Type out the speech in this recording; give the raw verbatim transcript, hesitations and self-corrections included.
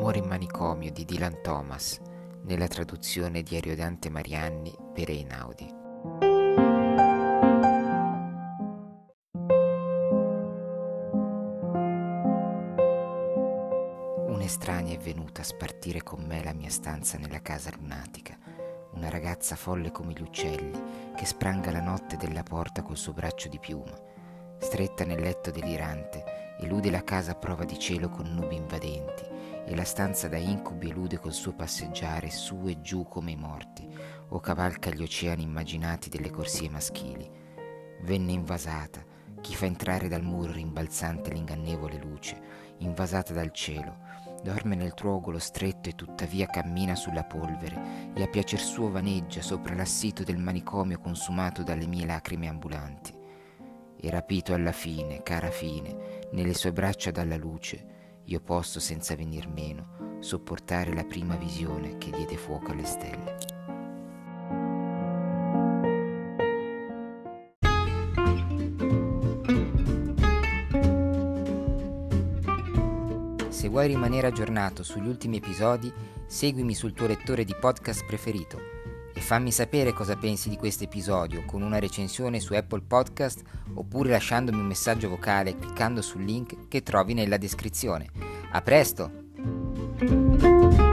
L'amore in manicomio di Dylan Thomas, nella traduzione di Ariodante Marianni per Einaudi. Un'estranea è venuta a spartire con me la mia stanza nella casa lunatica, una ragazza folle come gli uccelli che spranga la notte della porta col suo braccio di piuma. Stretta nel letto delirante, elude la casa a prova di cielo con nubi invadenti e la stanza da incubi elude col suo passeggiare su e giù come i morti o cavalca gli oceani immaginati delle corsie maschili. Venne invasata, chi fa entrare dal muro rimbalzante l'ingannevole luce, invasata dal cielo, dorme nel truogolo stretto e tuttavia cammina sulla polvere e a piacer suo vaneggia sopra l'assito del manicomio consumato dalle mie lacrime ambulanti. E rapito alla fine, cara fine, nelle sue braccia dalla luce, io posso senza venir meno sopportare la prima visione che diede fuoco alle stelle. Se vuoi rimanere aggiornato sugli ultimi episodi, seguimi sul tuo lettore di podcast preferito e fammi sapere cosa pensi di questo episodio con una recensione su Apple Podcast oppure lasciandomi un messaggio vocale cliccando sul link che trovi nella descrizione. A presto!